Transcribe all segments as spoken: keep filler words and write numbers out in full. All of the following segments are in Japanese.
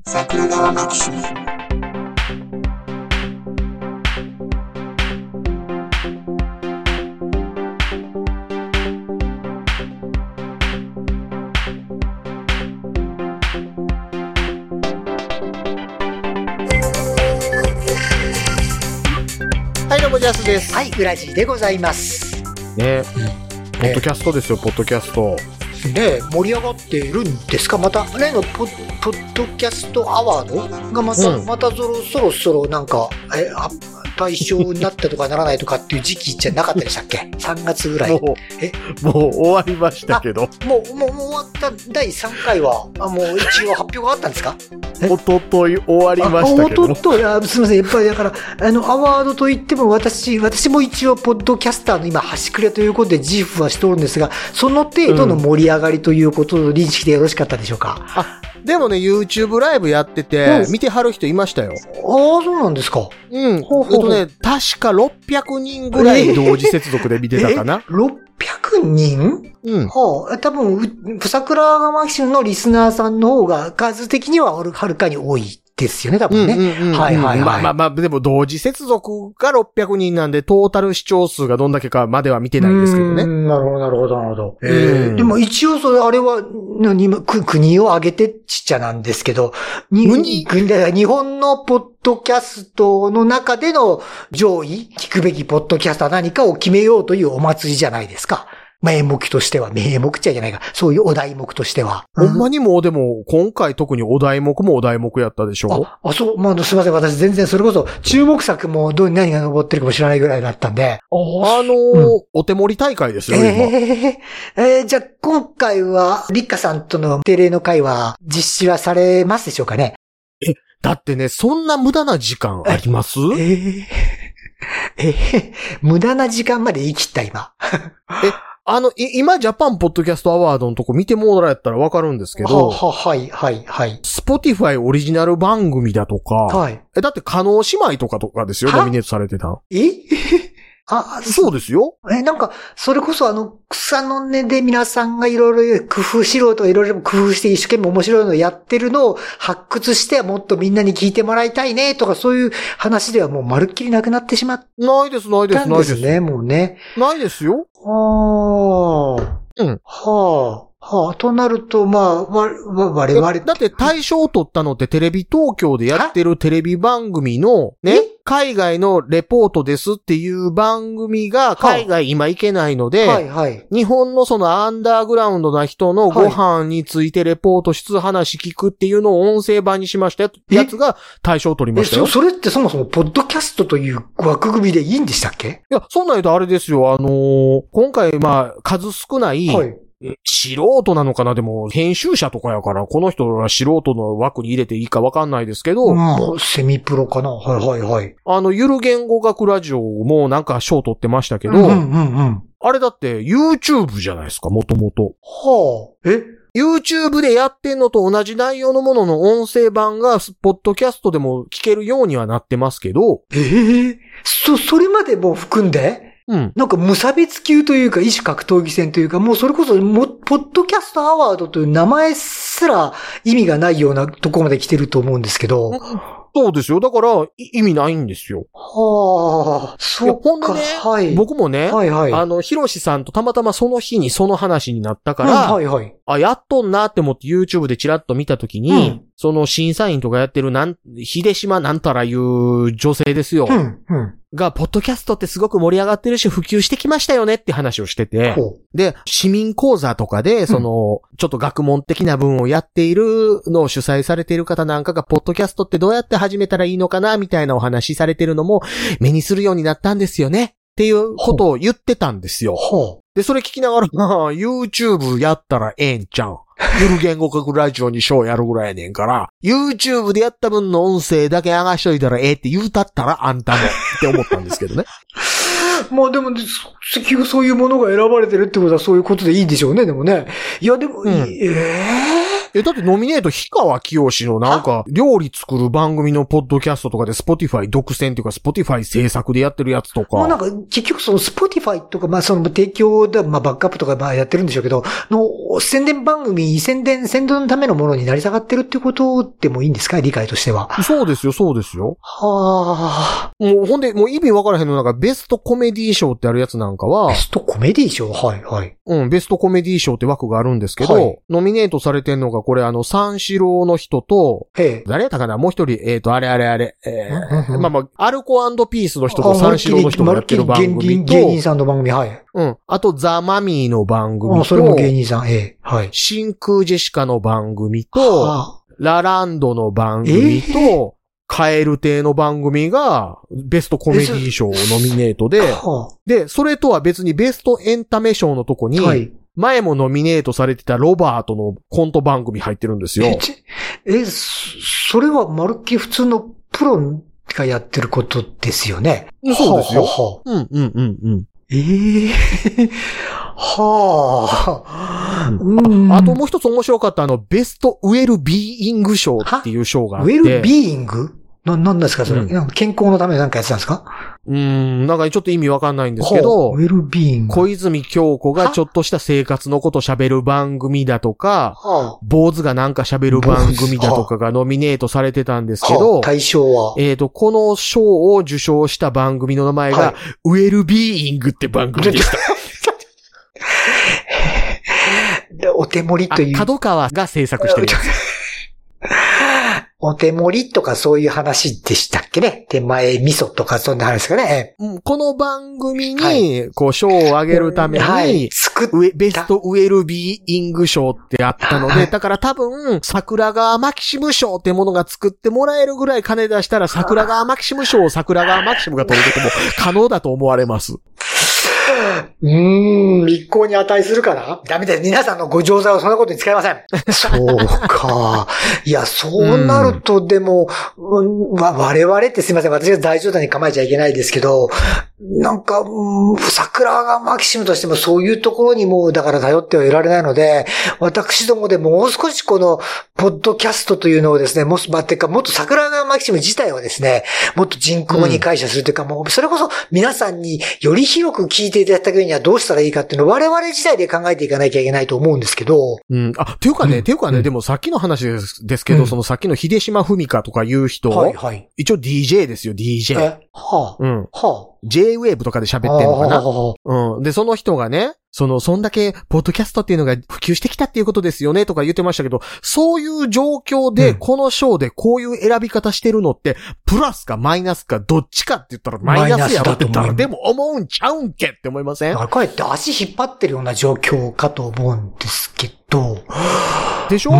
桜川マキシム。 はい、どうもジャスです。 はい、ウラジーでございます。 ね、ポッドキャストですよ、ポッドキャスト。 ね、盛り上がっているんですか？また例のポッ、ポッドキャストアワードがまた、うん、またそろそろそろなんかえあ対象になったとかならないとかっていう時期じゃなかったでしたっけ？さんがつぐらい。 もうえもう終わりましたけど。 もうもうもう終わっただいさんかいはあもう一応発表があったんですか？ おととい終わりましたけど。 おととい、あ、すみません。やっぱりだからあのアワードといっても私私も一応ポッドキャスターの今端くれということで自負はしておるんですが、その程度の盛り上がりということの認識でよろしかったでしょうか？うん、 あ、でもね YouTube ライブやってて見てはる人いましたよ。ああ、そうなんですか。 うん。ほうほうほう。えっとね確かろっぴゃくにんぐらい同時接続で見てたかな。 えー、ろっぴゃくにん？うん。はあ、多分桜川マキシムのリスナーさんの方が数的にははるかに多いですよね、多分ね。うんうんうん、はいはいはい。 まあまあまあ、でも同時接続がろっぴゃくにんなんで、トータル視聴数がどんだけかまでは見てないんですけどね。 なるほど、なるほど、なるほど。えー、でも一応それ、あれは、何、国を挙げてちっちゃなんですけど、に日本のポッドキャストの中での上位、聞くべきポッドキャストは何かを決めようというお祭りじゃないですか。名目としては、名目っちゃいけないか、そういうお題目としては。 ほんまにもうでも、今回特にお題目もお題目やったでしょ？ あ、あ、そう、まあ、すいません。私全然それこそ、注目作もどうに何が残ってるかも知らないぐらいだったんで。 あのー、うん、お手盛り大会ですよ、今。 えー、えー、じゃあ、今回は、リッカさんとの定例の会は、実施はされますでしょうかね？ え、だってね、そんな無駄な時間あります？えー、えー、無駄な時間まで言い切った、今。 えあの、今、ジャパンポッドキャストアワードのとこ見てもらえたらわかるんですけど。 は、は、はい、はい、はい。 スポティファイオリジナル番組だとか。 はい。 え、だって、加納姉妹とかとかですよ、ノミネートされてた。 えあ、 そうですよ。 え、なんか、それこそあの、草の根で皆さんがいろいろ工夫しろといろいろ工夫して一生懸命面白いのをやってるのを発掘してもっとみんなに聞いてもらいたいねとかそういう話ではもうまるっきりなくなってしまった。 ないです、ないです、ないです。 ね、もうね。 ないですよ。 はあ。うん。はあ。はあ、となると、まあ、わ、わ、我々。 だって対象を取ったのってテレビ東京でやってるテレビ番組の、ね、海外のレポートですっていう番組が海外今行けないので、 はいはい、 日本のそのアンダーグラウンドな人のご飯についてレポートしつ話聞くっていうのを音声版にしましたやつが対象を取りましたよ。 え、そ、それってそもそもポッドキャストという枠組みでいいんでしたっけ？ いや、そんなん言うとあれですよ、あのー、今回まあ数少ない、はい素人なのかなでも、編集者とかやから、この人は素人の枠に入れていいかわかんないですけど。 うん、セミプロかなはいはいはい。 あの、ゆる言語学ラジオもなんか賞取ってましたけど、 うんうんうん、 あれだって YouTube じゃないですか、もともと。 はあ。え YouTube でやってんのと同じ内容のものの音声版が、ポッドキャストでも聞けるようにはなってますけど。 ええー、そ、それまでも含んでうん。なんか無差別級というか、異種格闘技戦というか、もうそれこそも、ポッドキャストアワードという名前すら意味がないようなところまで来てると思うんですけど。 そうですよ。だから、意味ないんですよ。 はあ、そうか。 ほんでね、はい、僕もね、はいはい、あの、ヒロシさんとたまたまその日にその話になったから、うんはいはい、あ、やっとんなって思って YouTube でチラッと見たときに、うん、その審査員とかやってるなん、秀島なんたらいう女性ですよ。うんうんが、ポッドキャストってすごく盛り上がってるし、普及してきましたよねって話をしてて、で、市民講座とかで、その、うん、ちょっと学問的な分をやっているのを主催されている方なんかが、ポッドキャストってどうやって始めたらいいのかな、みたいなお話されてるのも、目にするようになったんですよね。っていうことを言ってたんですよ。で、それ聞きながら、YouTube やったらええんちゃう。ゆる言語学ラジオにショーやるぐらいやねんから、YouTube でやった分の音声だけ流しといたらええって言うたったらあんたもって思ったんですけどね。 まあでも、結局そういうものが選ばれてるってことはそういうことでいいんでしょうね、でもね。いやでも、うん、ええーえ、だってノミネート、氷川きよしのなんか、料理作る番組のポッドキャストとかで、Spotify 独占っていうか、Spotify 制作でやってるやつとか。 まあなんか、結局その Spotify とか、まあその提供で、まあバックアップとかまあやってるんでしょうけど、の、宣伝番組、宣伝、宣伝のためのものになり下がってるっていうことでもいいんですか？理解としては。 そうですよ、そうですよ。 はあ。もうほんで、もう意味わからへんのなんか、ベストコメディ賞ってあるやつなんかは。 ベストコメディ賞？はい、はい。 うん、ベストコメディ賞って枠があるんですけど、はい、ノミネートされてんのが、これあの、三四郎の人と、誰やったかなもう一人、えっ、ー、と、あれあれあれ、えー、まあまあ、アルコ&ピースの人と三四郎の人がやってる番組と、 芸人さんの番組、はい。 うん。あと、ザ・マミーの番組と、 あ、それも芸人さん、ええー、はい。 真空ジェシカの番組と、はあ、ラランドの番組と、えー、カエル亭の番組が、ベストコメディ賞ノミネートで、はあ、で、それとは別にベストエンタメ賞のとこに、はい、前もノミネートされてたロバートのコント番組入ってるんですよ。 え、えそれはまるっきり普通のプロがやってることですよね。 そうですよ。 はははうんうんうんうん。 ええー、はあ、 うん、あ。あともう一つ面白かったあの、ベストウェルビーイング賞っていう賞があって。 ウェルビーイングな、なんですかそれ、うん、健康のために何かやってたんですか？ うーん、なんかちょっと意味わかんないんですけど、 ウェルビーイング。 小泉京子がちょっとした生活のこと喋る番組だとか、坊主がなんか喋る番組だとかがノミネートされてたんですけど、 対象はえっと、この賞を受賞した番組の名前が、はい、ウェルビーイングって番組でした。 お手盛りという。 角川が制作してるやつ。 お手盛りとかそういう話でしたっけね。手前味噌とかそんな話ですかね。 この番組に、こう、賞をあげるために、はい、 作っベストウェルビーイング賞ってあったので、はい、だから多分、桜川マキシム賞ってものが作ってもらえるぐらい金出したら、桜川マキシム賞を桜川マキシムが取ることも可能だと思われます。 うーん、立候に値するかな？ダメです。皆さんのご錠剤はそんなことに使いません。そうか。いや、そうなると、でも、うん、我々ってすいません。私が大冗談に構えちゃいけないですけど、なんか、うん、桜がマキシムとしてもそういうところにもうだから頼ってはいられないので、私どもでもう少しこの、ポッドキャストというのをですね、もし、まあ、てか、もっと桜川マキシム自体をですね、もっと人口に解釈するというか、うん、もう、それこそ皆さんにより広く聞いていただいた上にはどうしたらいいかっていうのを我々自体で考えていかなきゃいけないと思うんですけど。 うん。あ、ていうかね、うん、ていうかね、うん、でもさっきの話です、ですけど、うん、そのさっきの秀島文香とかいう人、はいはい。一応 ディージェー ですよ、ディージェー。え、 はあ、 うん。 はあ。 ジェイウェーブ とかで喋ってんのかな、うん。で、その人がね、その、そんだけ、ポッドキャストっていうのが普及してきたっていうことですよね、とか言ってましたけど、そういう状況で、この賞でこういう選び方してるのって、プラスかマイナスかどっちかって言ったらマイナスやろって誰でも思うんちゃうんけって思いません？ だからこうやって足引っ張ってるような状況かと思うんですけど。 でしょ、うん、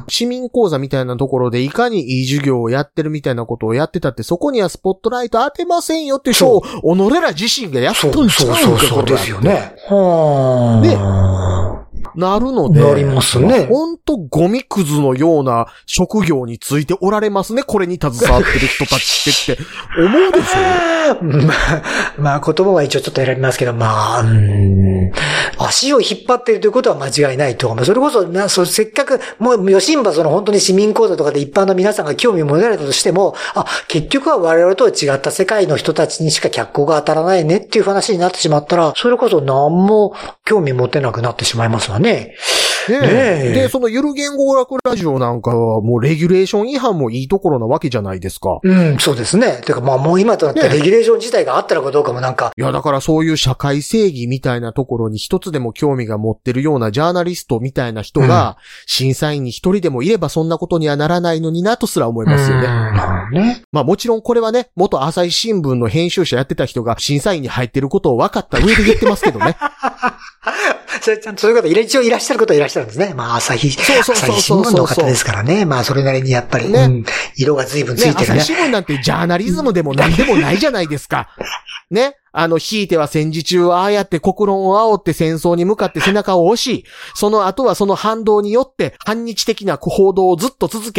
市民講座みたいなところでいかにいい授業をやってるみたいなことをやってたって、そこにはスポットライト当てませんよって賞を、己ら自身がやっとんちゃうんか。 そうそうそうですよね。はで、なるので、 なりますね。 ほんとゴミくずのような職業についておられますね。これに携わってる人たちってって思うでしょまあ、まあ言葉は一応ちょっと選びますけど、まあ、うーん、足を引っ張っているということは間違いないと思う。それこそな、そせっかく、もう、よしんばその本当に市民講座とかで一般の皆さんが興味を持たれたとしても、あ、結局は我々とは違った世界の人たちにしか脚光が当たらないねっていう話になってしまったら、それこそ何も興味持てなくなってしまいますわね。ねえ。ねえ。で、そのゆる言語学ラジオなんかはもうレギュレーション違反もいいところなわけじゃないですか。 うん、そうですね。てかまあもう今となってレギュレーション自体があったのかどうかもなんか。 いやだからそういう社会正義みたいなところに一つでも興味が持ってるようなジャーナリストみたいな人が、審査員に一人でもいればそんなことにはならないのになとすら思いますよね。 うん、ね。 まあもちろんこれはね、元朝日新聞の編集者やってた人が審査員に入ってることを分かった上で言ってますけどね。 それちゃんとそういう方、一応いらっしゃることはいらっしゃるんですね。まあ、朝日、 そうそうそうそう朝日新聞の方ですからね。まあ、それなりにやっぱり、ね、うん、色が随分ついてるね。 ね、朝日新聞なんてジャーナリズムでも何でもないじゃないですか。ね。あの、ひいては戦時中、ああやって国論を煽って戦争に向かって背中を押し、その後はその反動によって反日的な報道をずっと続け、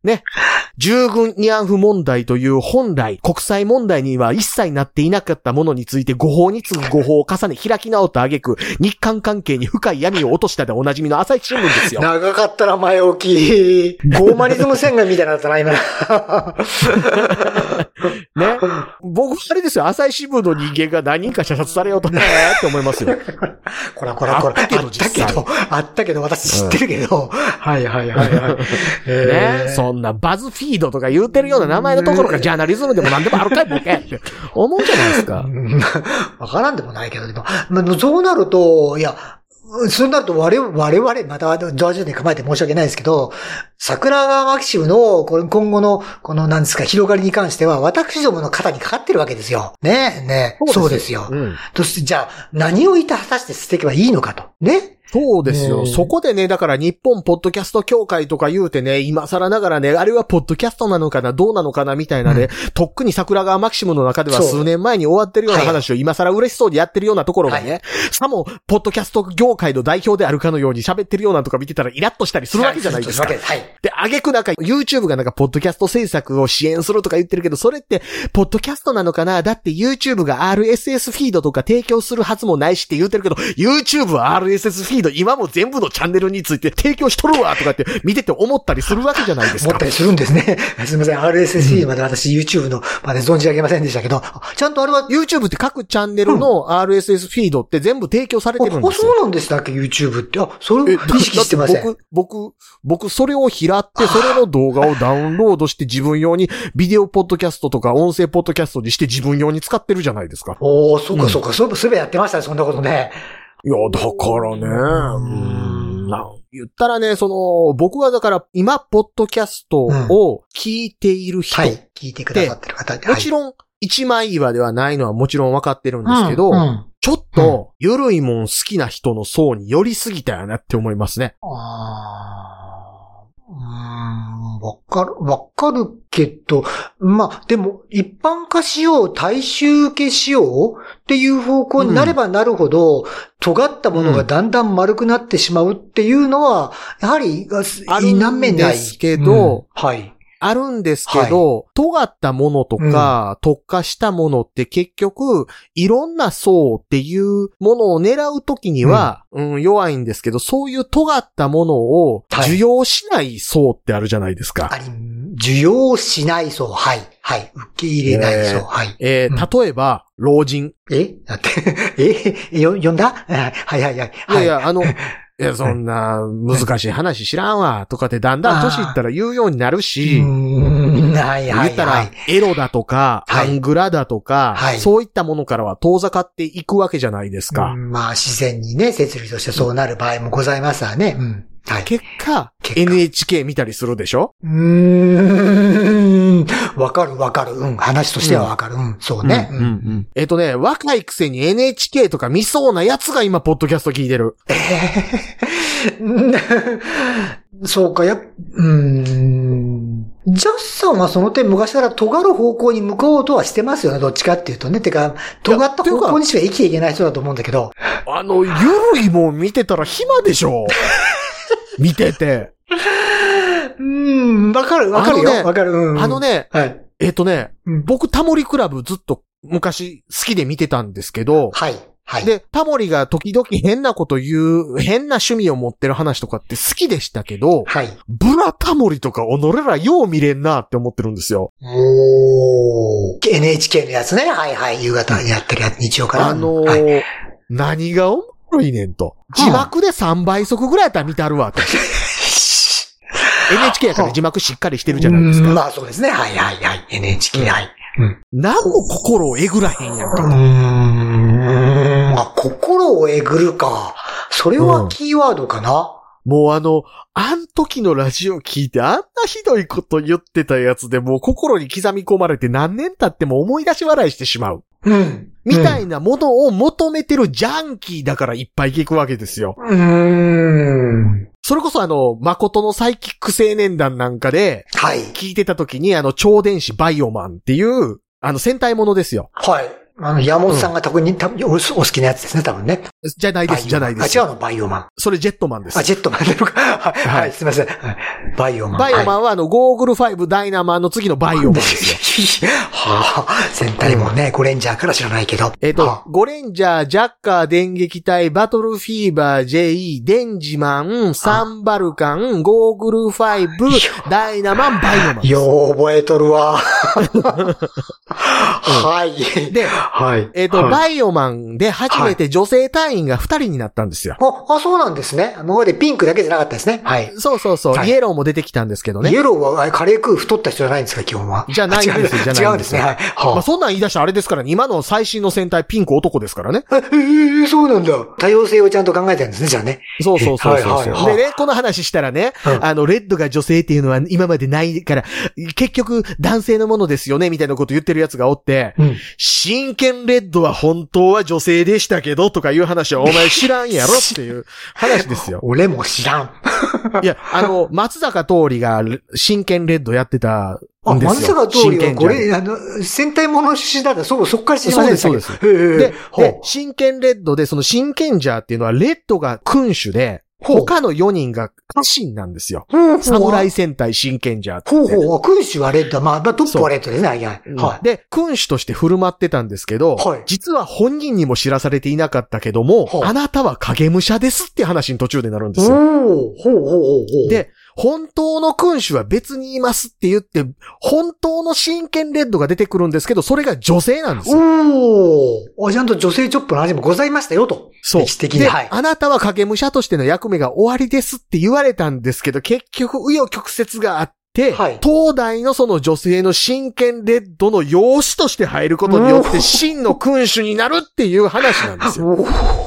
ね。従軍慰安婦問題という本来、国際問題には一切なっていなかったものについて誤報に次ぐ誤報を重ね開き直った挙句、日韓関係に深い闇を落としたでおなじみの朝日新聞ですよ。 長かったら前置き。ゴーマリズム宣言みたいなのだったな、今。 ね。僕、あれですよ、朝日新聞の人間が何人か射殺されようとねって思いますよ。 こらこらこら。あったけど、あったけど、私知ってるけど。うん、はいはいはいはい。 えー、ね。そんなバズフィードとか言うてるような名前のところがジャーナリズムでも何でもあるかいボケって思うじゃないですか。 わからんでもないけど、でも、まあ、そうなると、いや、そうなると我々、我々、またドアジュに構えて申し訳ないですけど、桜川マキシムの今後の、このなんですか、広がりに関しては、私どもの肩にかかってるわけですよ。ねえ、ねえ。そうですよ。うん、そして、じゃあ、何をいた果たして捨てていけばいいのかと。ね。 そうですよ。そこでね、だから日本ポッドキャスト協会とか言うてね、今更ながらね、あれはポッドキャストなのかな、どうなのかな、みたいなね、うん、とっくに桜川マキシムの中では数年前に終わってるような話を今更嬉しそうにやってるようなところがね、はい、さも、ポッドキャスト業界の代表であるかのように喋ってるようなとか見てたらイラッとしたりするわけじゃないですか。はい。で、あげくなんか YouTube がなんかポッドキャスト制作を支援するとか言ってるけど、それって、ポッドキャストなのかな、だって YouTube が アールエスエス フィードとか提供するはずもないしって言ってるけど、YouTube は アールエスエス フィード今も全部のチャンネルについて提供しとるわとかって見てて思ったりするわけじゃないですか。 思ったりするんですね。すみません。アールエスエス フィードまで私 YouTube のまで存じ上げませんでしたけど、ちゃんとあれは YouTube って各チャンネルの アールエスエス フィードって全部提供されてるんですよ。 あ、そうなんでしたっけ YouTube って。あ、それを意識してません。 僕、僕、僕、それを拾って、それの動画をダウンロードして自分用にビデオポッドキャストとか音声ポッドキャストにして自分用に使ってるじゃないですか。 おー、そうかそうか。そういえばすべやってましたね、そんなことね。 いや、だからね、うんな言ったらね、その、僕はだから、今、ポッドキャストを聞いている人、うん、はい、 聞いてくださってる方で、 もちろん、一枚岩ではないのはもちろん分かってるんですけど、うんうん、ちょっと、ゆるいもん好きな人の層に寄りすぎたよなって思いますね。 あー、うーん、わかる、わかるけど、まあ、でも、一般化しよう、大衆受けしようっていう方向になればなるほど、うん、尖ったものがだんだん丸くなってしまうっていうのは、やはり、 あるんですけど、うん、 はい。 あるんですけど、はい、尖ったものとか、うん、特化したものって結局、いろんな層っていうものを狙うときには、うんうん、弱いんですけど、そういう尖ったものを需要しない層ってあるじゃないですか。 はい、あり、需要しない層、はい、はい、受け入れない層、はい。 えー、うん、例えば、老人。 えだって、えよ、読んだはいはいはい。 いやいや、あの、いや、そんな、難しい話知らんわ、とかってだんだん年いったら言うようになるし、 はいはい。 言ったら、エロだとか、アングラだとか、そういったものからは遠ざかっていくわけじゃないですか。 まあ、自然にね、設理としてそうなる場合もございますわね。うんはい、結果、結果、エヌエイチケー 見たりするでしょうーん。わかるわかる。うん。話としてはわかる。うん。うん、そうね。うん。うんうん、 えっとね、若いくせに エヌエイチケー とか見そうなやつが今、ポッドキャスト聞いてる。えー、そうか、や、うーん。ジャスさんはその点昔から尖る方向に向こうとはしてますよね。どっちかっていうとね。てか、尖った方向にしか生きていけない人だと思うんだけど。 あの、ゆるいもん見てたら暇でしょ見てて。 うーん、わかる、わかるよ。わ、ね、かる、うん。 あのね、はい、えっ、ー、とね、うん、僕、タモリクラブずっと昔好きで見てたんですけど、 はい。はい。 で、タモリが時々変なこと言う、変な趣味を持ってる話とかって好きでしたけど、 はい。 ブラタモリとか己らよう見れんなって思ってるんですよ。 おー。エヌエイチケー のやつね。はいはい。夕方にやってるやつ、日曜から。 あのー、はい、何がおいいねんと。字幕でさんばい速ぐらいやったら見たるわと。エヌエイチケー やから字幕しっかりしてるじゃないですか。 まあそうですね。はいはいはい。エヌエイチケー、うん、はい。 うん。何も心をえぐらへんやんか。 うーん。あ、心をえぐるか。それはキーワードかな。 うん、もうあの、あん時のラジオ聞いてあんなひどいこと言ってたやつでもう心に刻み込まれて何年経っても思い出し笑いしてしまう。 うん。 みたいなものを求めてるジャンキーだからいっぱい聞くわけですよ。 うーん。 それこそあの、誠のサイキック青年団なんかで、はい。聞いてた時にあの、超電子バイオマンっていう、あの、戦隊ものですよ。 はい。 あの、山本さんが特に、うん、多分お好きなやつですね、多分ね。 じゃないです、じゃないです。 あ、違うの、バイオマン。 それジェットマンです。 あ、ジェットマンなのか。はい、はい、すいません。バイオマン。 バイオマンは、あの、ゴーグルファイブダイナマンの次のバイオマンですよ。 はあ、戦隊もね、ゴレンジャーから知らないけど。 えっと、ゴレンジャー、ジャッカー、電撃隊、バトルフィーバー、ジェイ、デンジマン、サンバルカン、ゴーグルファイブ、ダイナマン、バイオマン。 よう覚えとるわ。はい。 で、はい。えっと、バイオマンで初めて女性隊員がふたりになったんですよ。 あ、あ、そうなんですね。今までピンクだけじゃなかったですね。はい。 そうそうそう。イエローも出てきたんですけどね。 イエローはカレー食う太った人じゃないんですか、基本は。 じゃないんですよ、じゃないんですよ。 違うんですね。はい。 まあ、そんなん言い出したらあれですからね、今の最新の戦隊ピンク男ですからね。 ええ、そうなんだ。多様性をちゃんと考えてるんですね、じゃあね。 そうそうそうそう。でね、この話したらね、あの、レッドが女性っていうのは今までないから、結局男性のものですよね、みたいなこと言ってるやつがおって、真剣レッドは本当は女性でしたけど、とかいう話はお前知らんやろっていう話ですよ。 俺も知らん。 いや、あの、松坂桃李が真剣レッドやってたんですよ。 あ、松坂桃李はこれ、あの、戦隊もの出身だったら、そう、そっから知りませんでしたけど。 そうです、そうです。で、で、真剣レッドで、その真剣ジャーっていうのは、レッドが君主で、他のよにんが家臣なんですよ。侍戦隊真剣ジャーって。 ほうほう、君主はレッド、まあ、トップはレッドですね、はい。 はい。で、君主として振る舞ってたんですけど、はい、実は本人にも知らされていなかったけども、はい、あなたは影武者ですって話に途中でなるんですよ。ほうほうほうほう。で、本当の君主は別にいますって言って、本当の真剣レッドが出てくるんですけど、それが女性なんですよ。 おー。ちゃんと女性チョップの味もございましたよと。 そう。 歴史的に。 で、はい、あなたは影武者としての役目が終わりですって言われたんですけど、結局、紆余曲折があって、はい、東大のその女性の真剣レッドの養子として入ることによって、真の君主になるっていう話なんですよ。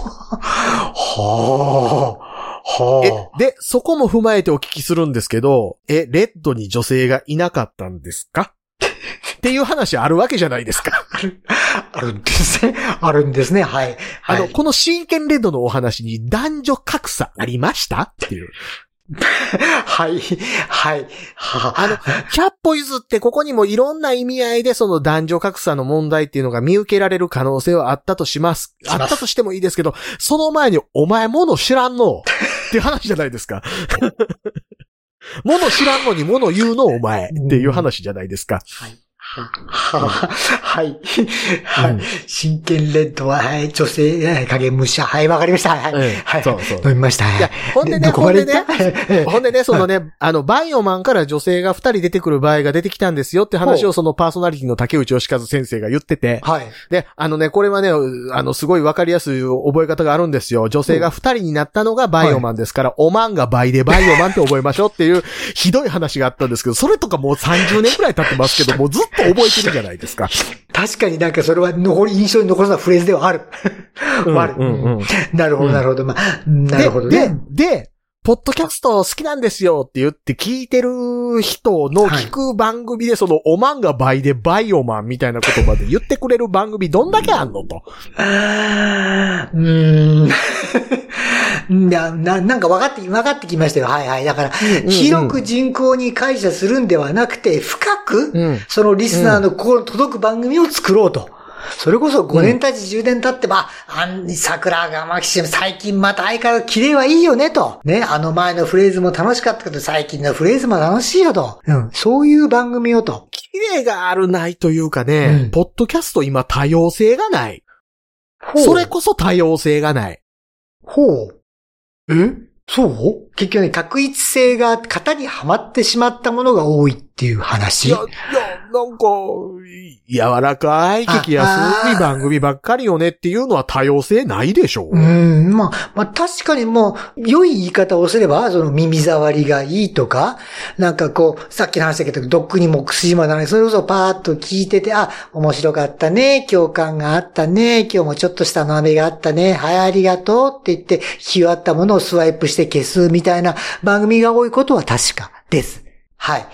はあ。はあ、え、で、そこも踏まえてお聞きするんですけど、え、レッドに女性がいなかったんですかっていう話あるわけじゃないですか。 ある、あるんですね。あるんですね。はい。 あの、はい、この真剣レッドのお話に男女格差ありましたっていう。 はい、はい。 はあの、ひゃっぽ譲ってここにもいろんな意味合いでその男女格差の問題っていうのが見受けられる可能性はあったとします。あったとしてもいいですけど、その前にお前物知らんのっていう話じゃないですか。物知らんのに物言うのお前っていう話じゃないですか。はい。 は、は、はい。はい。真剣レッドは、はい。女性、影武者。はい。わかりました。はい。はい。そうそう。飲みました。はい。いや、 ほんでね、ほんでね、ほんでね、そのね、あの、バイオマンから女性がふたり出てくる場合が出てきたんですよって話をそのパーソナリティの竹内義和先生が言ってて。はい。で、あのね、これはね、あの、すごいわかりやすい覚え方があるんですよ。女性がふたりになったのがバイオマンですから、おまんが倍でバイオマンって覚えましょうっていう、ひどい話があったんですけど、それとかもうさんじゅうねんくらい経ってますけど、もうずっと覚えてるじゃないですか。 確かになんかそれは残り、印象に残さフレーズではある。ある。なるほど、なるほど。まあ、なるほどね。 で、で、ポッドキャスト好きなんですよって言って聞いてる人の聞く番組でそのおまんが倍でバイオマンみたいな言葉で言ってくれる番組どんだけあんのと。 あー、うーん。な、な、なんか分かって、分かってきましたよ。はいはい。だから、うん、広く人口に解釈するんではなくて、深く、うん、そのリスナーの心に届く番組を作ろうと。それこそごねん経ちじゅうねん経ってば、あん、桜がマキシム最近また相変わらず綺麗はいいよねと。ね、あの前のフレーズも楽しかったけど最近のフレーズも楽しいよと。うん、そういう番組をと。 綺麗があるないというかね、うん、ポッドキャスト今多様性がない。それこそ多様性がない。 ほう。え？そう結局ね、確一性が型にはまってしまったものが多いっていう話。 いや、いや、なんか、柔らかい、聞きやすい番組ばっかりよねっていうのは多様性ないでしょう。 うん、まあ、まあ確かにもう、良い言い方をすれば、その耳障りがいいとか、なんかこう、さっきの話だけど、毒にも薬もならない。それこそパーッと聞いてて、あ、面白かったね、共感があったね、今日もちょっとしたの雨があったね、はい、ありがとうって言って、聞き終わったものをスワイプして消すみたいな番組が多いことは確かです。はい。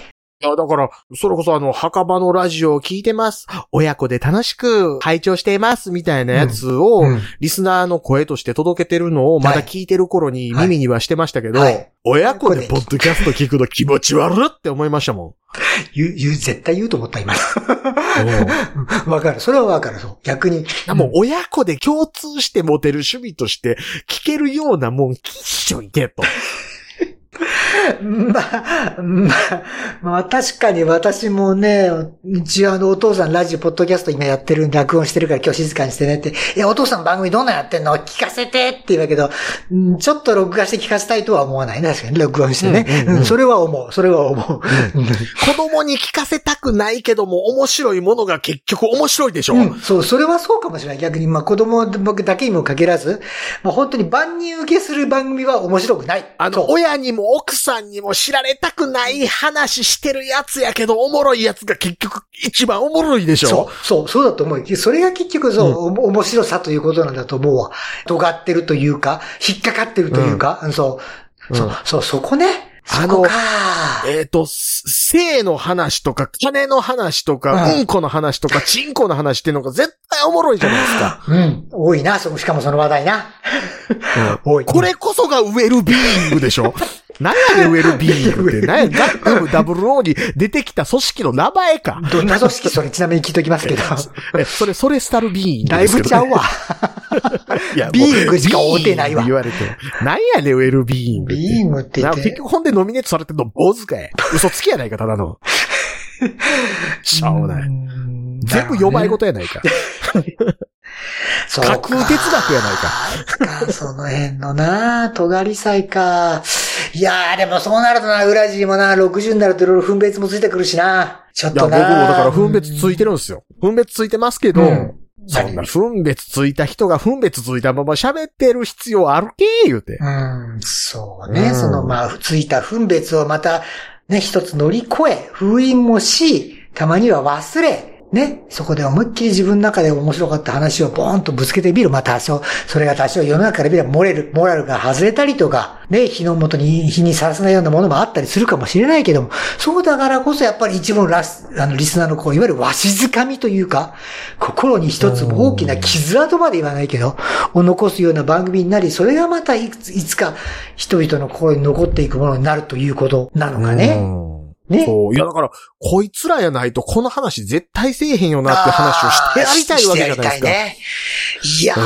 いや、だから、それこそあの、墓場のラジオを聞いてます。親子で楽しく拝聴しています。みたいなやつを、うんうん、リスナーの声として届けてるのを、まだ聞いてる頃に耳にはしてましたけど、はいはい、親子でポッドキャスト聞くの気持ち悪って思いましたもん。 言う、言う、絶対言うと思った、今。わかる。それはわかる。そう。逆に。 もう、親子で共通して持てる趣味として、聞けるようなもん、きっしょいけと。 まあ、まあ、まあ、確かに私もね、一応あの、お父さんラジオ、ポッドキャスト今やってるんで、録音してるから今日静かにしてねって、いや、お父さん番組どんなやってんの聞かせてって言うけど、ちょっと録画して聞かせたいとは思わないね。確かに、録音してね。うんうんうん、それは思う。それは思う、 うん。子供に聞かせたくないけども、面白いものが結局面白いでしょ、うん、 そう、それはそうかもしれない。逆に、まあ子供だけにも限らず、まあ本当に万人受けする番組は面白くない。 あの、親にも奥さんにも知られたくない話してるやつやけど、おもろいやつが結局一番おもろいでしょ。 そう、そう、そうだと思う。それが結局そう、うん、面白さということなんだと思うわ。尖ってるというか、引っかかってるというか、うん、そう、うん、そう、そう、そこね。 あの、えっ、ー、と、性の話とか、金の話とか、うん、うんこの話とか、チンコの話っていうのが絶対おもろいじゃないですか。 うん。多いな、そしかもその話題な。 うん、多い。これこそがウェルビーイングでしょ。何やねん、ウェルビーイングって。何や、ガンダムダブルオーに出てきた組織の名前か。 どんな組織それちなみに聞いときますけど。 え、それ、それスタルビーイングだいぶちゃうわ。いや、ビーイングしか合うてないわ。 言われて。何やねん、ウェルビーイングって。 ビーイングって言って。 結局ほんでノミネートされてんの坊主かい。嘘つきやないか、ただの。しゃおない。全部弱いことやないか。 そう架空哲学やないか。その辺のな、尖り祭か。いやー、でもそうなるとな、ウラジーもな、ろくじゅうになるといろいろ分別もついてくるしな。ちょっとな。 いや、僕もだから分別ついてるんですよ。分別ついてますけど、うん、そんな分別ついた人が分別ついたまま喋ってる必要あるけー言うて。 うん、そうね。うん、そのまあ、ついた分別をまた、ね、一つ乗り越え、封印もし、たまには忘れ、ね。そこで思いっきり自分の中で面白かった話をボーンとぶつけてみる。まあ多少、それが多少世の中から見れば漏れる、モラルが外れたりとか、ね、火の元に、火にさらさないようなものもあったりするかもしれないけども、そうだからこそやっぱり一部のラス、あの、リスナーのこう、いわゆるわしづかみというか、心に一つ大きな傷跡まで言わないけど、を残すような番組になり、それがまたいつ、いつか人々の心に残っていくものになるということなのかね。 ね。そう。いや、だから、こいつらやないと、この話絶対せえへんよなって話をしてやりたいわけじゃないですか。してやりたいね。 いやー、うん、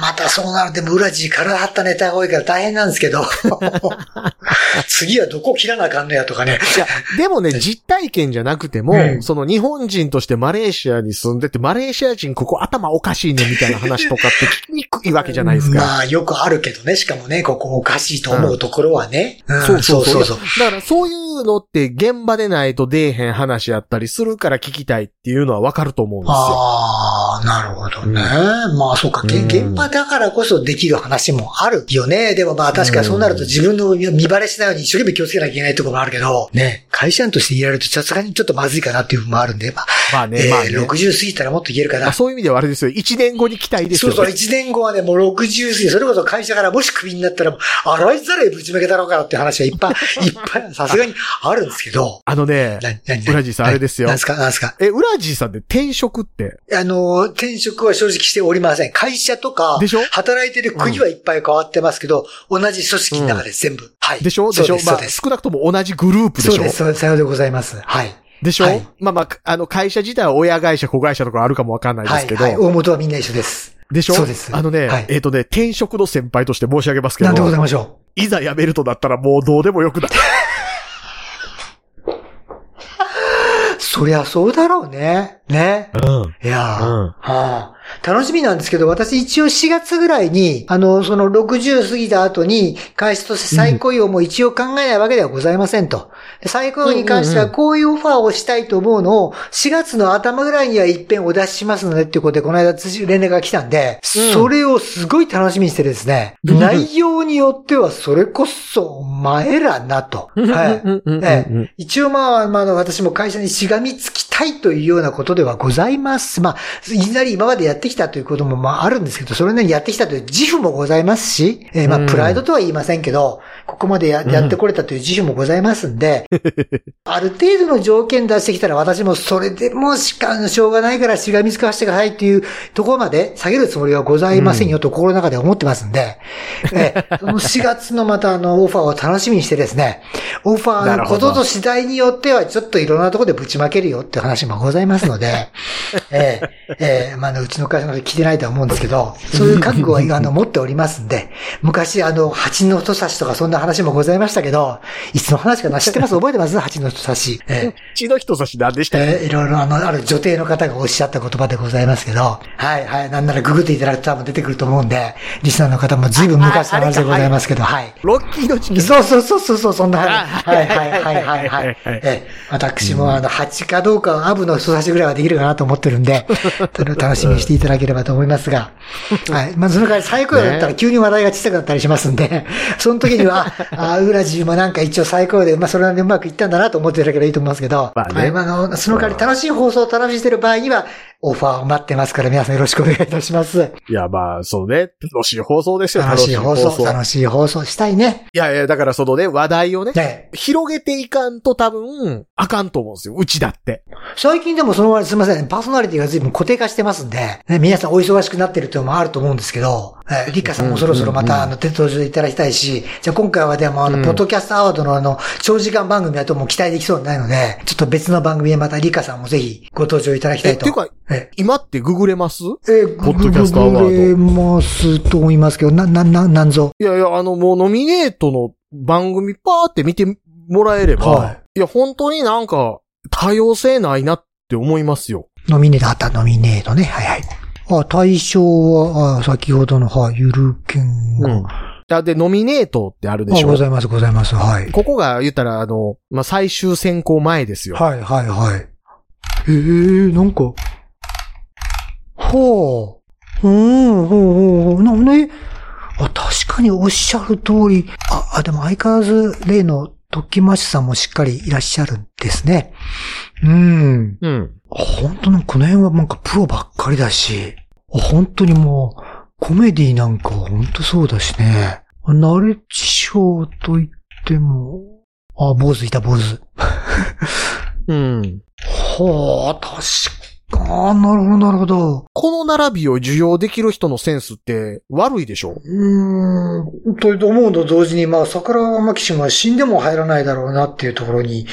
またそうなる。でも、裏地体張ったネタが多いから大変なんですけど。次はどこ切らなあかんのやとかね。 いや、でもね、実体験じゃなくても、うん、その日本人としてマレーシアに住んでて、マレーシア人ここ頭おかしいねみたいな話とかって聞きにくいわけじゃないですか。 まあ、よくあるけどね。しかもね、ここおかしいと思うところはね。 うんうん、そうそうそうそう。だから、そういうのって現場でないと出えへん話やったりするから聞きたいっていうのはわかると思うんですよ。 ああ、なるほどね。うん、まあそうか、うん、現場だからこそできる話もあるよね。でもまあ確かにそうなると自分の見バレしないように一生懸命気をつけなきゃいけないところもあるけど、ね、会社員として言えられるとさすがにちょっとまずいかなっていう部分もあるんで、まあ、まあね、えー、まあね、ろくじゅう過ぎたらもっと言えるかな。まあ、 そういう意味ではあれですよ。いちねんごに期待ですよね。 そうそう、いちねんごはね、もうろくじゅう過ぎ、それこそ会社からもしクビになったら、洗いざらいぶちまけたろうかなっていう話はいっぱい、いっぱい、さすがにあるんですけど。 あのね、ウラジーさんあれですよ。 何すか何すかえ、ウラジーさんって転職って。 あの、転職は正直しておりません。会社とか、 でしょ？ 働いてる国はいっぱい変わってますけど、うん、同じ組織の中で全部。うん、はい。 でしょでしょまあ、少なくとも同じグループでしょそうです、そうです、さようでございます。はい。 でしょ、 はい、 まあまあ、あの、会社自体は親会社、子会社とかあるかもわかんないですけど。はい、はい、 大元はみんな一緒です。 でしょそうです。 あのね、はい、えっ、ー、とね、転職の先輩として申し上げますけど。 なんでございましょう。いざ辞めるとなったらもうどうでもよくなる。 そりゃそうだろうね。ね。 うん。 いやー、うん、はあ。楽しみなんですけど、私一応しがつぐらいに、あの、そのろくじゅう過ぎた後に、会社として再雇用も一応考えないわけではございませんと。で再雇用に関してはこういうオファーをしたいと思うのを、しがつの頭ぐらいには一遍お出ししますのでっていうことで、この間連絡が来たんで、うん、それをすごい楽しみにしてですね、うん、内容によってはそれこそお前らなと。はい。ええ、一応まあ、まあ、私も会社にしがみつきたしたいというようなことではございます。まあ、いきなり今までやってきたということもまああるんですけど、それなりにやってきたという自負もございますし、えー、まあ、プライドとは言いませんけど、ここまで や, やってこれたという自負もございますんで、うん、ある程度の条件出してきたら私もそれでもしかしょうがないからしがみつかしてくださいっていうところまで下げるつもりはございませんよと心の中で思ってますんで、うん、えー、そのしがつのまたあのオファーを楽しみにしてですね、オファーのことと次第によってはちょっといろんなところでぶちまけるよって話もございますので、えー、えー、まあ、うちの会社の人聞いてないとは思うんですけど、そういう覚悟はあの持っておりますんで、昔あの、蜂の太さしとかそんな話もございましたけど、いつの話かな知ってます覚えてます蜂の太さし。 えー、蜂の太さし何でしたっけ？ えー、いろいろあの、ある女帝の方がおっしゃった言葉でございますけど、はいはい、なんならググっていただくと多分出てくると思うんで、リスナーの方も随分昔の話でございますけど、はい。 ロッキーの時期。 そうそうそうそう、そんな話。はいはいはいはいはい。えー、私もあの、蜂かどうかはアブの太さしぐらいはできるかなと思ってるんで、楽しみにしていただければと思いますが、はい。まあ、その代わり最高だったら急に話題が小さくなったりしますんで、その時には、あ、ウラジーもなんか一応最高で、まあ、それはうまくいったんだなと思っていただければいいと思いますけど、まあね、はい。まあ、あの、その代わり楽しい放送を楽しみしている場合には、オファーを待ってますから皆さんよろしくお願いいたします。 いや、まあ、そうね。楽しい放送ですよ、 楽しい放送。楽しい放送したいね。 いやいや、だからそのね、話題をね、ね広げていかんと多分、あかんと思うんですよ。うちだって。 最近でもその割すみません、パーソナリティが随分固定化してますんで、ね、皆さんお忙しくなってるっていうのもあると思うんですけど、えー、リカさんもそろそろまた、あの、手登場いただきたいし、じゃあ今回はでもあの、うん、ポッドキャストアワードのあの、長時間番組だともう期待できそうにないので、ちょっと別の番組でまたリカさんもぜひご登場いただきたいと。 え、てか、え今ってググれます？ えー、ポッドキャストアワード。ググれますと思いますけど、な、な、な、なんぞ。 いやいや、あの、もうノミネートの番組パーって見てもらえれば、はい。いや、本当になんか、多様性ないなって思いますよ。 ノミネートあった、ノミネートね。はいはい。あ、対象は、あ、先ほどの、はい、ゆるけんが。 うん。で、ノミネートってあるでしょ？ あ、ございます、ございます。はい。 ここが言ったら、あの、まあ、最終選考前ですよ。 はいはいはい。ええー、なんか、はあ。うん、ほうほうほう。なね。あ、確かにおっしゃる通り。あ、あ、でも相変わらず、例のトッキマッシュさんもしっかりいらっしゃるんですね。うん。うん。本当にこの辺はなんかプロばっかりだし、本当にもう、コメディなんか本当そうだしね。ナレッジショーと言っても、あ、坊主いた坊主。うん。はあ、確かああ、なるほど、なるほど。 この並びを受容できる人のセンスって悪いでしょ？ うーん、と思うと同時に、まあ、桜マキシムは死んでも入らないだろうなっていうところに。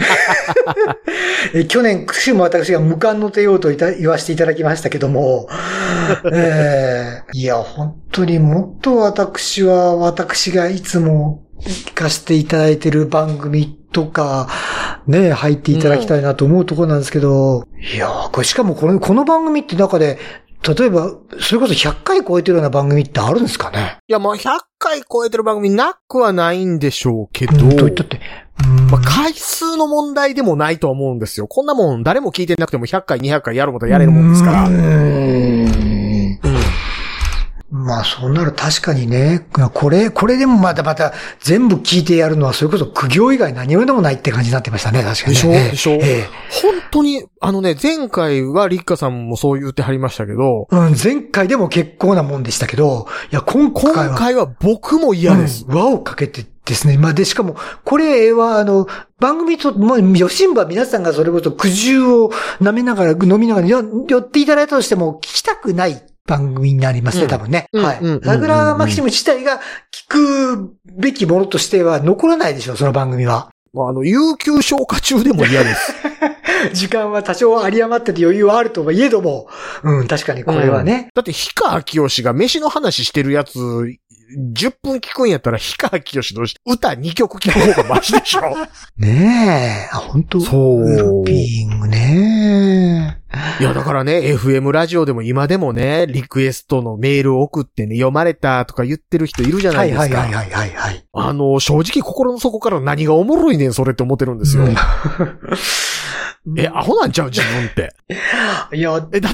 え去年、くしも私が無冠の帝王と言わせていただきましたけども、えー、いや、本当にもっと私は、私がいつも聞かせていただいている番組とか、ね、入っていただきたいなと思うところなんですけど、うん、いやー、これしかもこの、この番組って中で、例えば、それこそひゃっかい超えてるような番組ってあるんですかね？ いや、まあひゃっかい超えてる番組なくはないんでしょうけど、うん、 と言ったって、 まあ回数の問題でもないとは思うんですよ。こんなもん誰も聞いてなくてもひゃっかい、にひゃっかいやることやれるもんですから。うーん。うんまあそうなる確かにね、これ、これでもまたまた全部聞いてやるのはそれこそ苦行以外何よりでもないって感じになってましたね、確かに、ね。 でしょ、でしょ、えー、本当に、あのね、前回はリッカさんもそう言ってはりましたけど。 うん、前回でも結構なもんでしたけど、いや、今回は。 今回は僕も嫌です。 うん、輪をかけてですね。まあで、しかも、これはあの、番組と、もう、よしんば皆さんがそれこそ苦渋を舐めながら、飲みながら、寄っていただいたとしても聞きたくない。番組になりますね、多分ね。うん、はい。桜マキシム自体が聞くべきものとしては残らないでしょう、その番組は。 あの、有給消化中でも嫌です。 時間は多少有り余ってて余裕はあるとはいえども、うん、確かにこれはね。うん、 だって、氷川きよしが飯の話してるやつ、じゅっぷん聞くんやったら、氷川きよしの歌にきょく聞く方がマシでしょ。 ねえ、本当そう。ルピングねいや、だからね、エフエム ラジオでも今でもね、リクエストのメールを送ってね、読まれたとか言ってる人いるじゃないですか。はいはいはいはいはい。 あの、正直心の底から何がおもろいねん、それって思ってるんですよ。うん、え、アホなんちゃう自分って。 いや、 え、だって、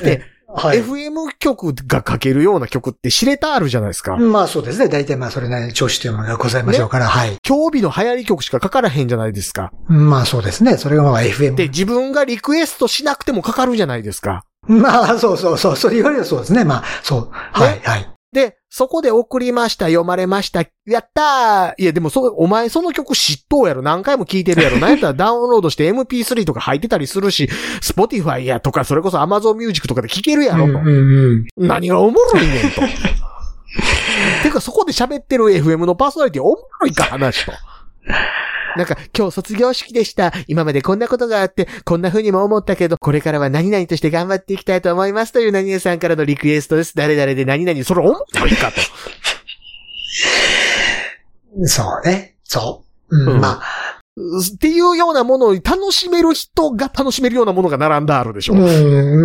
はい、エフエム 曲が書けるような曲って知れたあるじゃないですか。 まあそうですね。大体まあそれなりに調子というものがございましょうから、ね、はい。 競技の流行り曲しかかからへんじゃないですか。 まあそうですね。それがまあ エフエム。 で、自分がリクエストしなくてもかかるじゃないですか。 まあそうそうそう。それよりはそうですね。まあそう。ね、はいはい。 で、そこで送りました、読まれました、やったー。いや、でもそ、お前その曲知っとうやろ、何回も聴いてるやろ、なんやったらダウンロードして エムピースリー とか入ってたりするし、Spotify やとか、それこそ Amazon Music とかで聴けるやろと。 うんうんうん、 何がおもろいねんと。てか、そこで喋ってる エフエム のパーソナリティおもろいか、話と。なんか、今日卒業式でした。今までこんなことがあって、こんな風にも思ったけど、これからは何々として頑張っていきたいと思いますという何々さんからのリクエストです。誰々で何々、それおもろいかと。 そうね。そう。うん、うん、まあ。 っていうようなものを楽しめる人が楽しめるようなものが並んであるでしょ。 うん、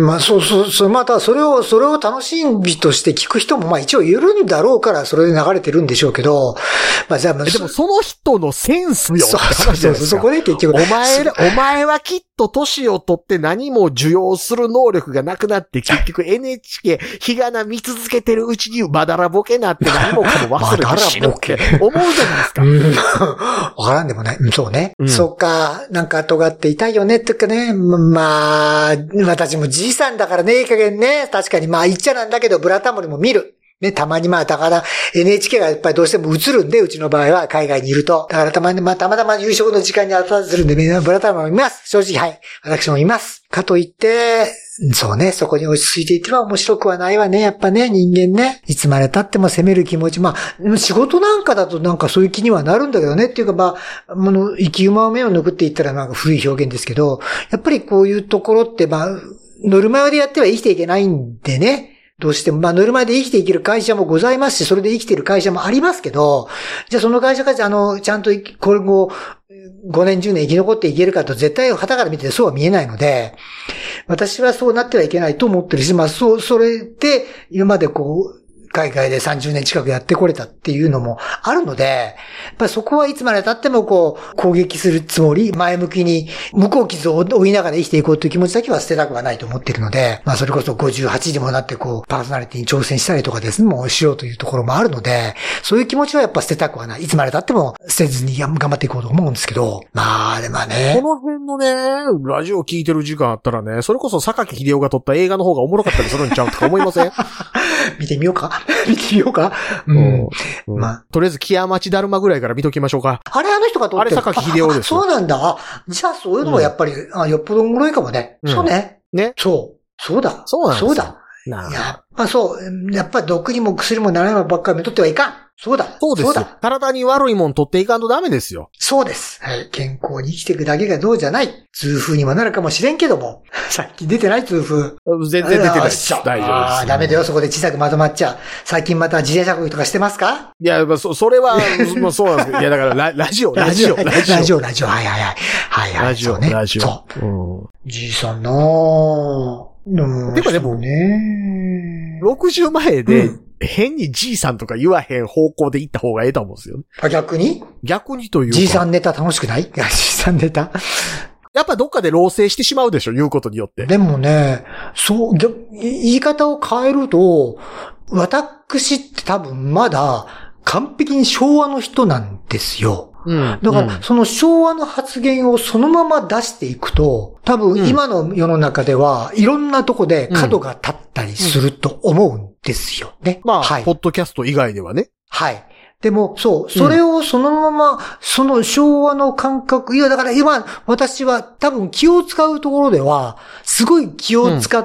まあそうそう、そう、またそれを、それを楽しみとして聞く人もまあ一応いるんだろうからそれで流れてるんでしょうけど、まあじゃあ、 でもその人のセンスよって話じゃないですか。そうそうそう、 そこで結局。 お前、お前はきっと年を取って何も受容する能力がなくなって結局 エヌエイチケー、日がな見続けてるうちにまだらぼけなって何もかも忘れて死ぬって思うじゃないですか。うん、 わからんでもない。そうね。うん、そうか。なんか尖っていたいよねっていうかね。まあ、私もじいさんだからね、いい加減ね。確かにまあ言っちゃなんだけど、ブラタモリも見る。ね、たまにまあ、だから エヌエイチケー がやっぱりどうしても映るんで、うちの場合は海外にいると。だからたまに、まあたまたま夕食の時間に当たってるんで、みんなブラタモリもいます。正直、はい。私もいます。かといって、そうね、そこに落ち着いていては面白くはないわね。やっぱね、人間ね。いつまで経っても責める気持ち。まあ、仕事なんかだとなんかそういう気にはなるんだけどね。っていうかまあ、あの、生き馬を目を抜くって言ったらなんか古い表現ですけど、やっぱりこういうところってまあ、ノルマでやっては生きていけないんでね。どうしても、まあ、ノルマで生きていける会社もございますし、それで生きている会社もありますけど、じゃあその会社が、あの、ちゃんと、これも、ごねんじゅうねん生き残っていけるかと絶対旗から見てそうは見えないので、私はそうなってはいけないと思ってるし、まあ、そう、それで、今までこう、海外でさんじゅうねん近くやってこれたっていうのもあるので、やっぱりそこはいつまで経ってもこう、攻撃するつもり、前向きに、向こう傷を負いながら生きていこうという気持ちだけは捨てたくはないと思っているので、まあそれこそごじゅうはちにもなってこう、パーソナリティに挑戦したりとかですね、もうしようというところもあるので、そういう気持ちはやっぱ捨てたくはない。いつまで経っても捨てずに頑張っていこうと思うんですけど、まあでもね。 この辺のね、ラジオ聞いてる時間あったらね、それこそ榊秀夫が撮った映画の方がおもろかったりするんちゃうとか思いません？ 見てみようか見てみようかうん。 うん、まあ。とりあえず、木屋町だるまぐらいから見ときましょうか。 あれ、あの人が撮ってる。 あれ、榊秀夫です。 そうなんだ。じゃあ、そういうのはやっぱり、うん、あよっぽどおもろいかもね。うん、そうね。 ね。 そう。そうだ。 そうなんです。 そうだ。 なあ。 やっぱそう。やっぱ毒にも薬もならないばっかり見とってはいかん。そうだ。 そうです。そうだ。体に悪いもん取っていかんとダメですよ。 そうです。はい。健康に生きていくだけがどうじゃない。痛風にもなるかもしれんけども。さっき出てない痛風。 全然出てないです。大丈夫です。 ああ、ダメだよ。そこで小さくまとまっちゃう。最近また自転車こぎとかしてますか？ いや、そ、それは、まあ、そうなんですけど。いや、だからラ、ラジオ、ラジオ、ラジオ。 ラジオ、ラジオ。はいはいはい。はいはい。 ラジオ、ね、ラジオ。 そう。うん。じいさんなぁ。 うん。でもでもね、ろくじゅう前で、うん、変にじいさんとか言わへん方向で行った方がええと思うんですよね。 あ、逆に？ 逆にというか。 じいさんネタ楽しくない？いや、じいさんネタ。 やっぱどっかで老成してしまうでしょ、言うことによって。 でもね、そう、言い方を変えると、私って多分まだ完璧に昭和の人なんですよ。 うん、 だから、その昭和の発言をそのまま出していくと、多分今の世の中ではいろんなとこで角が立ったりすると思うんですよね。 まあ、はい、ポッドキャスト以外ではね。 はい。でも、そう、それをそのまま、その昭和の感覚、いや、だから今、私は多分気を使うところでは、すごい気を使って、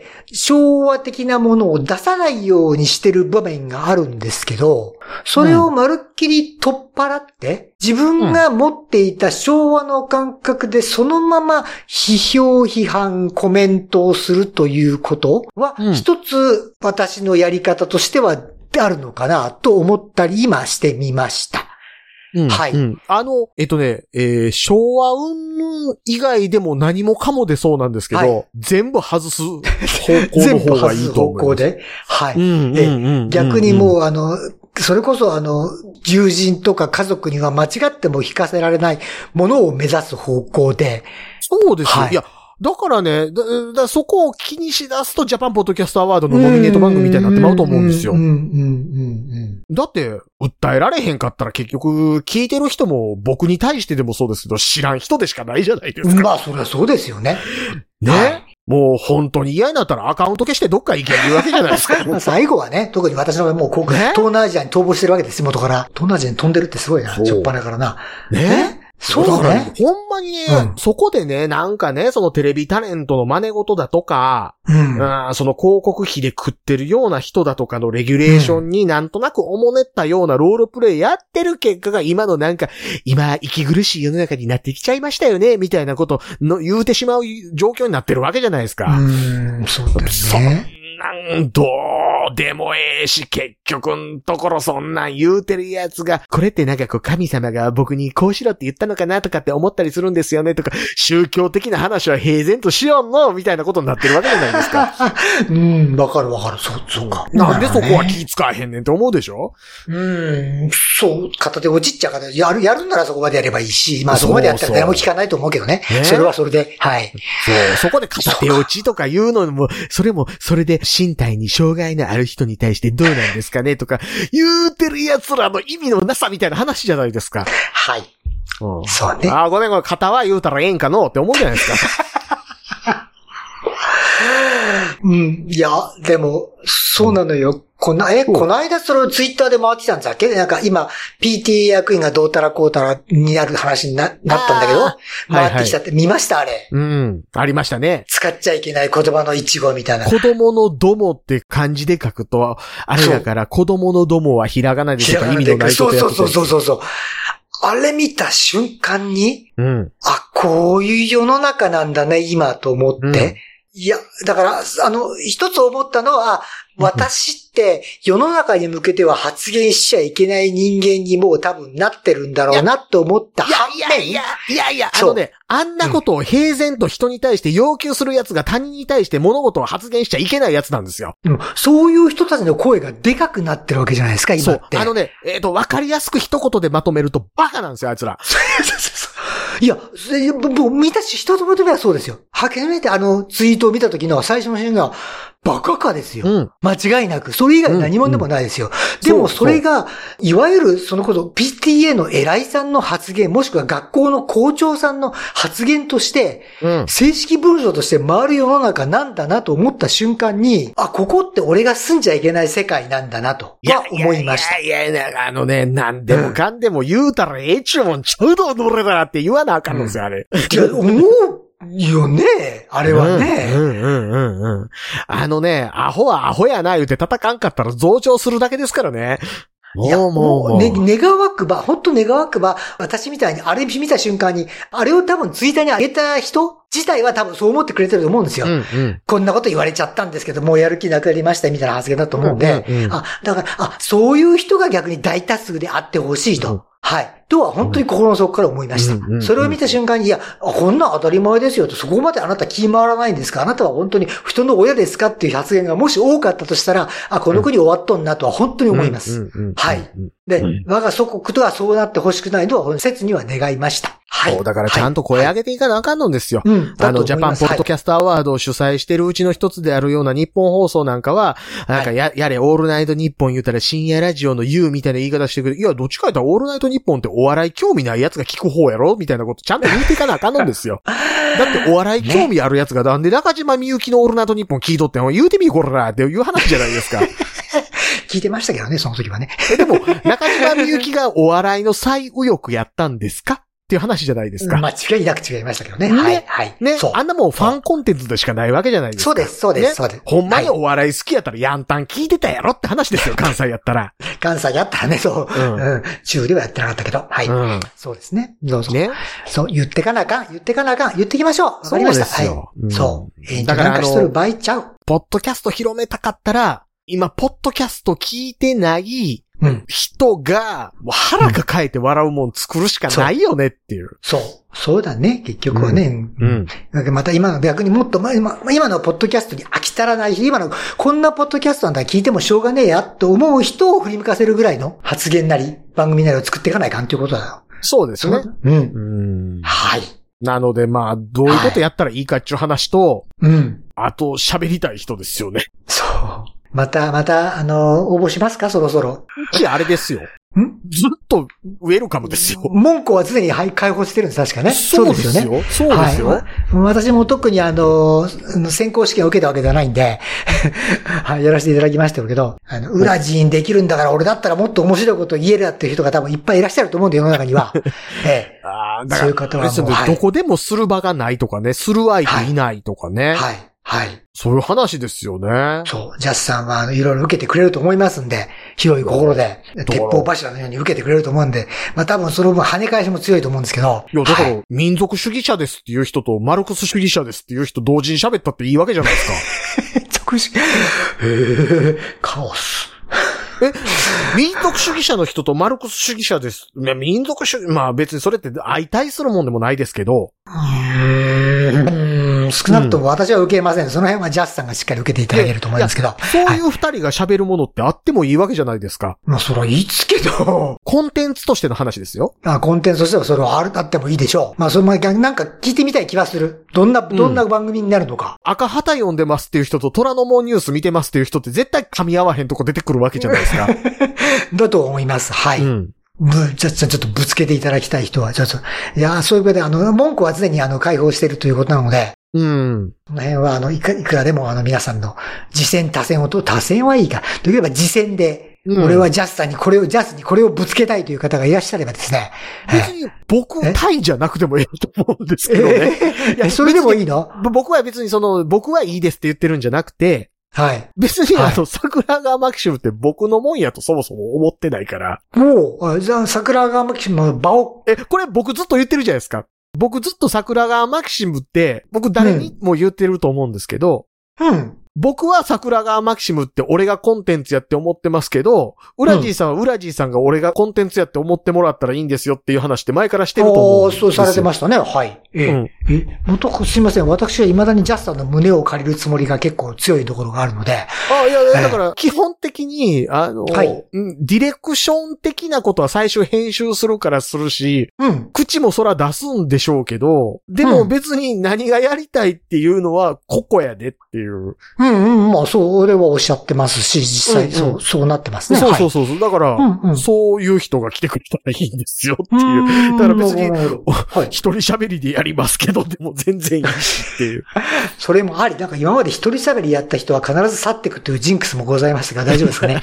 昭和的なものを出さないようにしてる場面があるんですけど、それをまるっきり取っ払って、自分が持っていた昭和の感覚でそのまま批評、批判、コメントをするということは、一つ私のやり方としては、あるのかなと思ったり今してみました。 うん、 はい、 うん。あの、えっとね、えー、昭和云々以外でも何もかもでそうなんですけど、はい、全部外す方向の方がいいと思います。全部外す方向で。はい。うんうんうんうん、逆にもうあの、それこそあの、友人とか家族には間違っても聞かせられないものを目指す方向で。 そうですよ。はい、いや、 だからね、だ、だそこを気にしだすとジャパンポッドキャストアワードのノミネート番組みたいになってまうと思うんですよ。だって、訴えられへんかったら結局、聞いてる人も僕に対してでもそうですけど、知らん人でしかないじゃないですか。 まあ、そりゃそうですよね。 ね、はい、もう本当に嫌になったらアカウント消してどっか行けるわけじゃないですか。 最後はね、特に私のもうこう、ね、東南アジアに逃亡してるわけです、元から。東南アジアに飛んでるってすごいな、しょっぱなからな。 ねねそうだね。ほんまにね、うん、そこでね、なんかね、そのテレビタレントの真似事だとか、うん、あその広告費で食ってるような人だとかのレギュレーションになんとなくおもねったようなロールプレイやってる結果が今のなんか、今息苦しい世の中になってきちゃいましたよね、みたいなことの言うてしまう状況になってるわけじゃないですか。 うーん、そうですね。 そんなん、どうでもええし、結局んところそんなん言うてるやつが、これってなんかこう神様が僕にこうしろって言ったのかなとかって思ったりするんですよねとか、宗教的な話は平然としよんのみたいなことになってるわけじゃないですか。 うん、わかるわかる。そう、そうか。 なんでそこは気使えへんねんって思うでしょ？ うん、そう、片手落ちっちゃ片手、やる、やるんならそこまでやればいいし、まあそこまでやったら誰も聞かないと思うけどね。そうそうそれはそれで、はい。 そう、そこで片手落ちとか言うのも、それも、それで身体に障害のある人に対してどうなんですかねとか、言うてる奴らの意味のなさみたいな話じゃないですか。 はい。うん、そうね。 ああ、ごめんごめん、肩は言うたらええんかのって思うじゃないですか。 うん、いや、でも、そうなのよ。こな、え、この間それをツイッターで回ってたんだっけ？なんか今、ピーティー 役員がどうたらこうたらになる話に な, なったんだけど、回ってきたって、はいはい、見ましたあれ。 うん。ありましたね。 使っちゃいけない言葉の一語みたいな。 子供のどもって漢字で書くと、あれだから子供のどもはひらがなでとか意味のないことやって。 そうそうそうそう。あれ見た瞬間に、 うん、 あ、こういう世の中なんだね、今と思って。うん、いや、だから、あの、一つ思ったのは、私って世の中に向けては発言しちゃいけない人間にもう多分なってるんだろうなって思った反面。いやいやいやいや、あのね、あんなことを平然と人に対して要求する奴が他人に対して物事を発言しちゃいけない奴なんですよ。 うん、そういう人たちの声がでかくなってるわけじゃないですか、今って。 そう。あのね、えっと、わかりやすく一言でまとめるとバカなんですよ、あいつら。 いや、僕見たし、一つまとめはそうですよ。初めてあのツイートを見た時の最初の瞬間は、バカかですよ、うん。間違いなく。それ以外何もでもないですよ。うんうん、でもそれが、いわゆるそのこと、ピーティーエー の偉いさんの発言、もしくは学校の校長さんの発言として、うん、正式文書として回る世の中なんだなと思った瞬間に、あ、ここって俺が住んじゃいけない世界なんだなと、は思いました。 いやいやいや、あのね、なんでもかんでも言うたらええちゅうもんちょうど乗ればって言わなあかんのですよ、あれ。 いや、思う。よねあれはね、 うん。うんうんうんうん。あのね、アホはアホやな言うて叩かんかったら増長するだけですからね。 いや、もう、もう、ね、願わくば、ほんと願わくば、私みたいに、あれ見た瞬間に、あれを多分ツイッターに上げた人自体は多分そう思ってくれてると思うんですよ。うんうん、こんなこと言われちゃったんですけど、もうやる気なくなりましたみたいな発言だと思うんで、うんうんうん、あ、だから、あ、そういう人が逆に大多数であってほしいと。うん、はい。とは本当に心の底から思いました。うんうんうんうん、それを見た瞬間に、いや、こんな当たり前ですよと、そこまであなた気回らないんですか？あなたは本当に人の親ですかっていう発言がもし多かったとしたら、あ、この国終わっとんなとは本当に思います。はい。で、我が祖国とはそうなってほしくないとは、切には願いました。はい。 そう、だからちゃんと声上げていかなあかんのですよ。はい、あの、ジャパンポッドキャストアワードを主催してるうちの一つであるような日本放送なんかは、なんかや、やれ、オールナイトニッポン言うたら深夜ラジオの U みたいな言い方してくる。いや、どっちか言ったらオールナイトニッポンってお笑い興味ないやつが聞く方やろみたいなことちゃんと言っていかなあかんのですよ。だってお笑い興味あるやつがなんで中島みゆきのオールナイトニッポン聞いとってん言うてみこらっていう話じゃないですか。 聞いてましたけどね、その時はね。 でも、中島みゆきがお笑いの最右翼やったんですかっていう話じゃないですか。 間違いなく違いましたけどね。ねはい、はい。 ね。あんなもんファンコンテンツでしかないわけじゃないですか。 そうです、そうです、ね、そうです。 ほんまにお笑い好きやったらヤンタン聞いてたやろって話ですよ、関西やったら。 関西やったらね、そう。うん。うん、中ではやってなかったけど。はい。うん、そうですね。どうぞ。ね。そう、言ってかなあかん、言ってかなあかん、言ってきましょう。わかりました。そうですよ。はい。うん、そう。えー、だからなんかしとる場合ちゃう。 ポッドキャスト広めたかったら、今、ポッドキャスト聞いてない人が、もう腹抱えて笑うもん作るしかないよねっていう。 そう。そうだね、結局はね。うん。うん、また今の逆にもっと、ま、今、今のポッドキャストに飽き足らないし、今のこんなポッドキャストなんだ聞いてもしょうがねえやと思う人を振り向かせるぐらいの発言なり、番組なりを作っていかないかんということだよ。 そうですね。 うん。うん。はい。 なのでまあ、どういうことやったらいいかっていう話と、 はい、うん。 あと、喋りたい人ですよね。 そう。また、また、あの、応募しますかそろそろ。 うちあれですよ。んずっとウェルカムですよ。 門戸は常に開放してるんです、確かね。 そうですよね。そうですよ。はい、 私も特にあの、先行試験を受けたわけではないんで、はい、やらせていただきましたけど、あの、ウラジンできるんだから俺だったらもっと面白いこと言えるっていう人が多分いっぱいいらっしゃると思うんで、世の中には。ええ。あだからそういう方はもう、 はい、どこでもする場がないとかね、する相手いないとかね。 はい。はいはい。 そういう話ですよね。 そう。ジャスさんは、あの、いろいろ受けてくれると思いますんで、広い心で、鉄砲柱のように受けてくれると思うんで、まあ多分その分跳ね返しも強いと思うんですけど。 いや、だから、はい、民族主義者ですっていう人と、マルクス主義者ですっていう人同時に喋ったっていいわけじゃないですか。 民族主義、へー、カオス。 え、民族主義者の人とマルクス主義者です。民族主義、まあ別にそれって相対するもんでもないですけど。 うーん少なくとも私は受けません。うん、その辺はジャスさんがしっかり受けていただけると思いますけど。 そういう二人が喋るものってあってもいいわけじゃないですか。 まあそれはいいですけど。 コンテンツとしての話ですよ。 あコンテンツとしてはそれはあってもいいでしょう。まあそれもなんか聞いてみたい気はする。どんな、どんな番組になるのか。 うん、赤旗読んでますっていう人と虎ノ門ニュース見てますっていう人って絶対噛み合わへんとこ出てくるわけじゃないですか。 だと思います。はい。うんぶ、ちょ、ちょ、ちょっとぶつけていただきたい人は、ちょっと、いや、そういうことで、あの、文句は常にあの、開放しているということなので、 うん。 この辺は、あの、いく、いくらでも、あの、皆さんの、次戦多戦をと、多戦はいいか。といえば、次戦で、うん、俺はジャスさんにこれを、ジャスにこれをぶつけたいという方がいらっしゃればですね。 別に、僕対じゃなくてもいいと思うんですけどね。 いや、それでもいいの？ 僕は別にその、僕はいいですって言ってるんじゃなくて、 はい。 別に、あの、桜川マキシムって僕のもんやとそもそも思ってないから。 もう、じゃあ、桜川マキシムの場を。 え、これ僕ずっと言ってるじゃないですか。僕ずっと桜川マキシムって、僕誰にも言ってると思うんですけど。 うん。 僕は桜川マキシムって俺がコンテンツやって思ってますけど、ウラジーさんはウラジーさんが俺がコンテンツやって思ってもらったらいいんですよっていう話って前からしてると思うんですよ。 そうされてましたね。はい。ええ。うん、え、もと、すいません。私は未だにジャスさんの胸を借りるつもりが結構強いところがあるので。 あ、いや、だから、基本的に、あの、はい、ディレクション的なことは最初編集するからするし、 うん、 口もそら出すんでしょうけど、でも別に何がやりたいっていうのは、ここやでっていう。 うんうん、まあそう。それはおっしゃってますし、実際そう、うんうん、そうなってますね。 そうそうそう。はい、だから、うんうん、そういう人が来てくれたらいいんですよっていう。だから別に、はい、一人喋りでやりますけど、でも全然いいしっていう。 それもあり、なんか今まで一人喋りやった人は必ず去っていくというジンクスもございますが、大丈夫ですかね。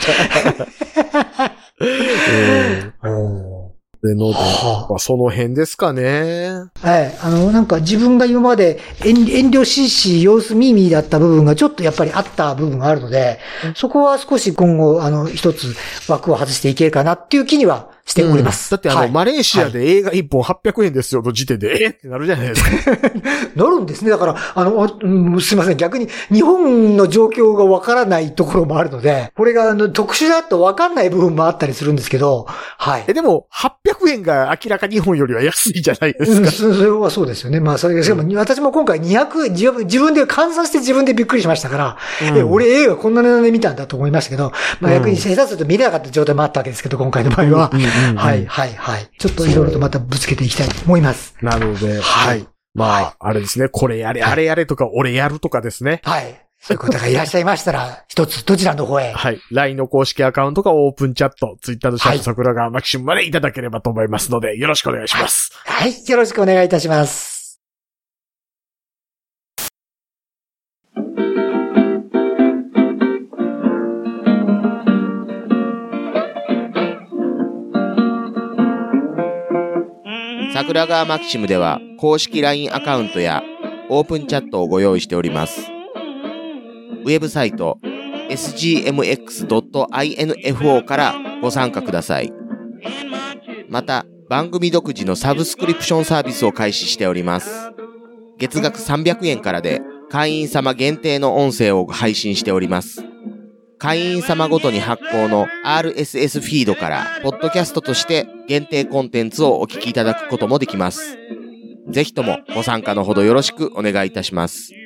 うんでので、はあまあ、その辺ですかね。 はい。あの、なんか自分が今まで遠慮しいし、様子ミーミーだった部分がちょっとやっぱりあった部分があるので、そこは少し今後、あの、一つ枠を外していけるかなっていう気にはしております。 うん、だってあの、はい、マレーシアで映画一本はっぴゃくえんですよの時点で、はい、えってなるじゃないですか。 なるんですね。だから、あの、うん、すいません。逆に日本の状況がわからないところもあるので、これがあの特殊だとわかんない部分もあったりするんですけど、はい。 え、でも、はっぴゃくえんが明らかに日本よりは安いじゃないですか。うん、 それはそうですよね。まあ、それが、しかも、私も今回にひゃく、自分で換算して自分でびっくりしましたから、うん、え、俺映画こんな値段で見たんだと思いましたけど、まあ、逆に下手すると見れなかった状態もあったわけですけど、今回の場合は。うんうんうん、はい、はい、はい。ちょっといろいろとまたぶつけていきたいと思います。 なので、はい。まあ、はい、あれですね、これやれ、あれやれとか、俺やるとかですね。 はい。そういう方がいらっしゃいましたら、一つ、どちらの方へ。 はい。ライン の公式アカウントかオープンチャット、Twitter のシャープ桜川マキシムまでいただければと思いますので、よろしくお願いします。 はい。はい、よろしくお願いいたします。 桜川マキシムでは公式 ライン アカウントやオープンチャットをご用意しております。ウェブサイト エスジーエムエックスドットインフォー からご参加ください。また番組独自のサブスクリプションサービスを開始しております。月額さんびゃくえんからで会員様限定の音声を配信しております。会員様ごとに発行の アールエスエス フィードからポッドキャストとして限定コンテンツをお聞きいただくこともできます。ぜひともご参加のほどよろしくお願いいたします。